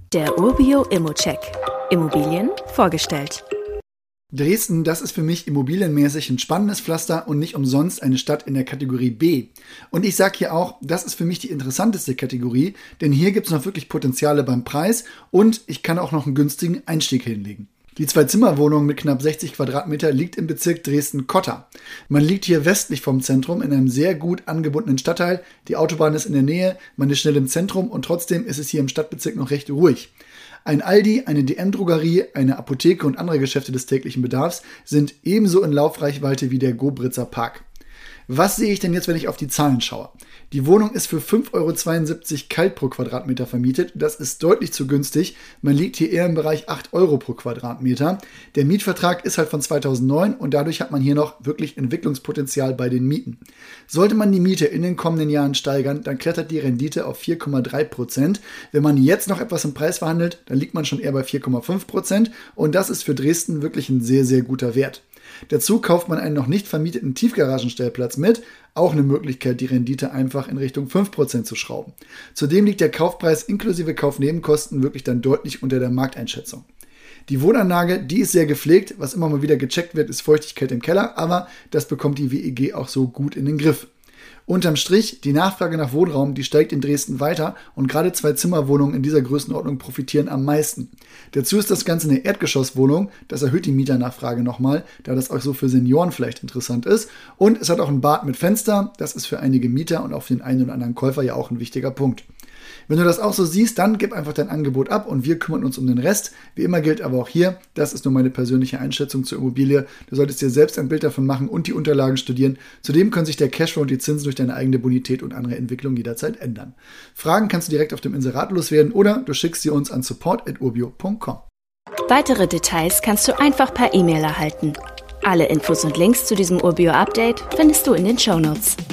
Der Urbio Immocheck. Immobilien vorgestellt. Dresden, das ist für mich immobilienmäßig ein spannendes Pflaster und nicht umsonst eine Stadt in der Kategorie B. Und ich sage hier auch, das ist für mich die interessanteste Kategorie, denn hier gibt es noch wirklich Potenziale beim Preis und ich kann auch noch einen günstigen Einstieg hinlegen. Die 2-Zimmer-Wohnung mit knapp 60 Quadratmeter liegt im Bezirk Dresden-Cotta. Man liegt hier westlich vom Zentrum in einem sehr gut angebundenen Stadtteil. Die Autobahn ist in der Nähe, man ist schnell im Zentrum und trotzdem ist es hier im Stadtbezirk noch recht ruhig. Ein Aldi, eine DM-Drogerie, eine Apotheke und andere Geschäfte des täglichen Bedarfs sind ebenso in Laufreichweite wie der Gobritzer Park. Was sehe ich denn jetzt, wenn ich auf die Zahlen schaue? Die Wohnung ist für 5,72 € kalt pro Quadratmeter vermietet. Das ist deutlich zu günstig. Man liegt hier eher im Bereich 8 € pro Quadratmeter. Der Mietvertrag ist halt von 2009 und dadurch hat man hier noch wirklich Entwicklungspotenzial bei den Mieten. Sollte man die Miete in den kommenden Jahren steigern, dann klettert die Rendite auf 4,3%. Wenn man jetzt noch etwas im Preis verhandelt, dann liegt man schon eher bei 4,5% und das ist für Dresden wirklich ein sehr, sehr guter Wert. Dazu kauft man einen noch nicht vermieteten Tiefgaragenstellplatz mit, auch eine Möglichkeit, die Rendite einfach in Richtung 5% zu schrauben. Zudem liegt der Kaufpreis inklusive Kaufnebenkosten wirklich dann deutlich unter der Markteinschätzung. Die Wohnanlage, die ist sehr gepflegt, was immer mal wieder gecheckt wird, ist Feuchtigkeit im Keller, aber das bekommt die WEG auch so gut in den Griff. Unterm Strich, die Nachfrage nach Wohnraum, die steigt in Dresden weiter und gerade 2-Zimmer-Wohnungen in dieser Größenordnung profitieren am meisten. Dazu ist das Ganze eine Erdgeschosswohnung, das erhöht die Mieternachfrage nochmal, da das auch so für Senioren vielleicht interessant ist. Und es hat auch ein Bad mit Fenster, das ist für einige Mieter und auch für den einen oder anderen Käufer ja auch ein wichtiger Punkt. Wenn du das auch so siehst, dann gib einfach dein Angebot ab und wir kümmern uns um den Rest. Wie immer gilt aber auch hier, das ist nur meine persönliche Einschätzung zur Immobilie. Du solltest dir selbst ein Bild davon machen und die Unterlagen studieren. Zudem können sich der Cashflow und die Zinsen durch deine eigene Bonität und andere Entwicklung jederzeit ändern. Fragen kannst du direkt auf dem Inserat loswerden oder du schickst sie uns an support@urbio.com. Weitere Details kannst du einfach per E-Mail erhalten. Alle Infos und Links zu diesem Urbio-Update findest du in den Shownotes.